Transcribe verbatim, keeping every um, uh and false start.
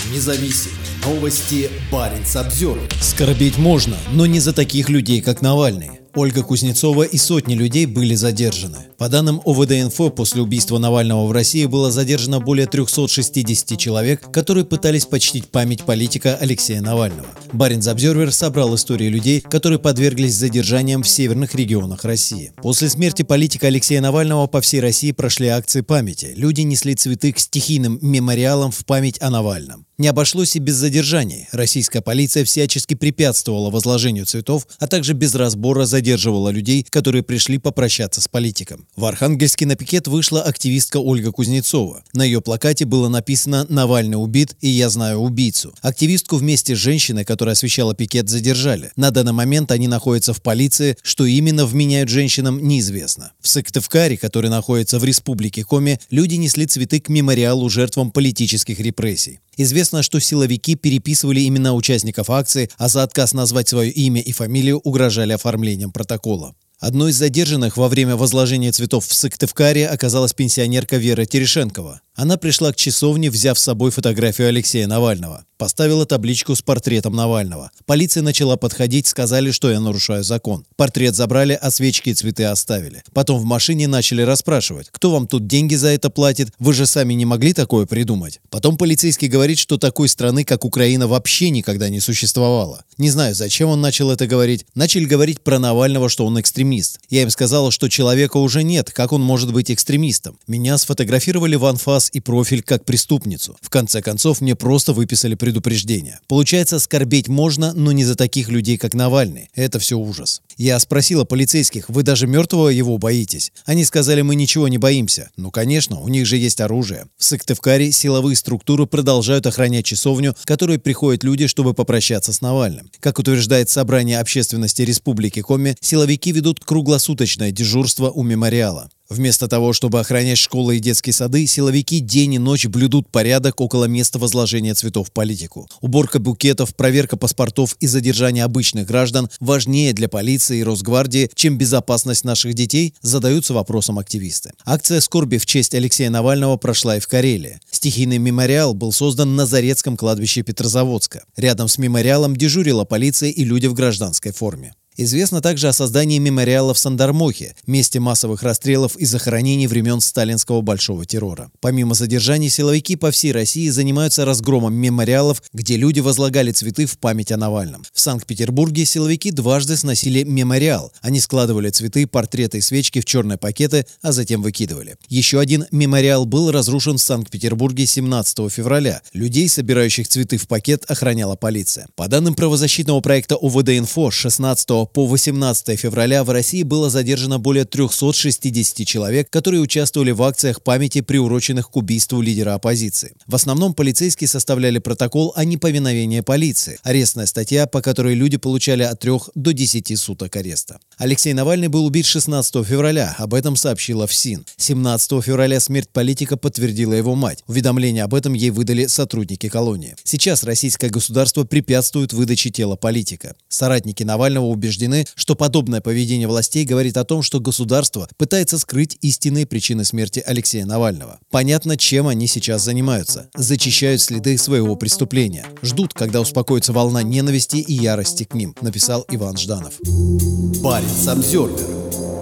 независим. Новости Баренц-Обзервер. Скорбеть можно, но не за таких людей, как Навальный. Ольга Кузнецова и сотни людей были задержаны. По данным о вэ дэ инфо, после убийства Навального в России было задержано более трёхсот шестидесяти человек, которые пытались почтить память политика Алексея Навального. Баренц-Обзервер собрал истории людей, которые подверглись задержаниям в северных регионах России. После смерти политика Алексея Навального по всей России прошли акции памяти. Люди несли цветы к стихийным мемориалам в память о Навальном. Не обошлось и без задержаний. Российская полиция всячески препятствовала возложению цветов, а также без разбора задерживала людей, которые пришли попрощаться с политиком. В Архангельске на пикет вышла активистка Ольга Кузнецова. На ее плакате было написано «Навальный убит, и я знаю убийцу». Активистку вместе с женщиной, которая освещала пикет, задержали. На данный момент они находятся в полиции. Что именно вменяют женщинам, неизвестно. В Сыктывкаре, который находится в республике Коми, люди несли цветы к мемориалу жертвам политических репрессий. Известно, что силовики переписывали имена участников акции, а за отказ назвать свое имя и фамилию угрожали оформлением протокола. Одной из задержанных во время возложения цветов в Сыктывкаре оказалась пенсионерка Вера Терешенкова. Она пришла к часовне, взяв с собой фотографию Алексея Навального. Поставила табличку с портретом Навального. Полиция начала подходить, сказали, что я нарушаю закон. Портрет забрали, а свечки и цветы оставили. Потом в машине начали расспрашивать, кто вам тут деньги за это платит, вы же сами не могли такое придумать. Потом полицейский говорит, что такой страны, как Украина, вообще никогда не существовало. Не знаю, зачем он начал это говорить. Начали говорить про Навального, что он экстремист. Я им сказала, что человека уже нет, как он может быть экстремистом. Меня сфотографировали в анфас и профиль как преступницу. В конце концов, мне просто выписали предупреждение. Получается, скорбеть можно, но не за таких людей, как Навальный. Это все ужас. Я спросила полицейских, вы даже мертвого его боитесь? Они сказали, мы ничего не боимся. Ну, конечно, у них же есть оружие. В Сыктывкаре силовые структуры продолжают охранять часовню, в которой приходят люди, чтобы попрощаться с Навальным. Как утверждает Собрание общественности Республики Коми, силовики ведут круглосуточное дежурство у мемориала. Вместо того, чтобы охранять школы и детские сады, силовики день и ночь блюдут порядок около места возложения цветов политику. Уборка букетов, проверка паспортов и задержание обычных граждан важнее для полиции и Росгвардии, чем безопасность наших детей, задаются вопросом активисты. Акция скорби в честь Алексея Навального прошла и в Карелии. Стихийный мемориал был создан на Зарецком кладбище Петрозаводска. Рядом с мемориалом дежурила полиция и люди в гражданской форме. Известно также о создании мемориала в Сандармохе, месте массовых расстрелов и захоронений времен сталинского большого террора. Помимо задержаний, силовики по всей России занимаются разгромом мемориалов, где люди возлагали цветы в память о Навальном. В Санкт-Петербурге силовики дважды сносили мемориал. Они складывали цветы, портреты и свечки в черные пакеты, а затем выкидывали. Еще один мемориал был разрушен в Санкт-Петербурге семнадцатого февраля. Людей, собирающих цветы в пакет, охраняла полиция. По данным правозащитного проекта о вэ дэ инфо, с шестнадцатого по восемнадцатое февраля в России было задержано более трёхсот шестидесяти человек, которые участвовали в акциях памяти, приуроченных к убийству лидера оппозиции. В основном полицейские составляли протокол о неповиновении полиции, арестная статья, по которой люди получали от трёх до десяти суток ареста. Алексей Навальный был убит шестнадцатого февраля, об этом сообщила ФСИН. семнадцатого февраля смерть политика подтвердила его мать. Уведомление об этом ей выдали сотрудники колонии. Сейчас российское государство препятствует выдаче тела политика. Соратники Навального убеждены, что подобное поведение властей говорит о том, что государство пытается скрыть истинные причины смерти Алексея Навального. Понятно, чем они сейчас занимаются. Зачищают следы своего преступления. Ждут, когда успокоится волна ненависти и ярости к ним, написал Иван Жданов. Баренц-Обзервер.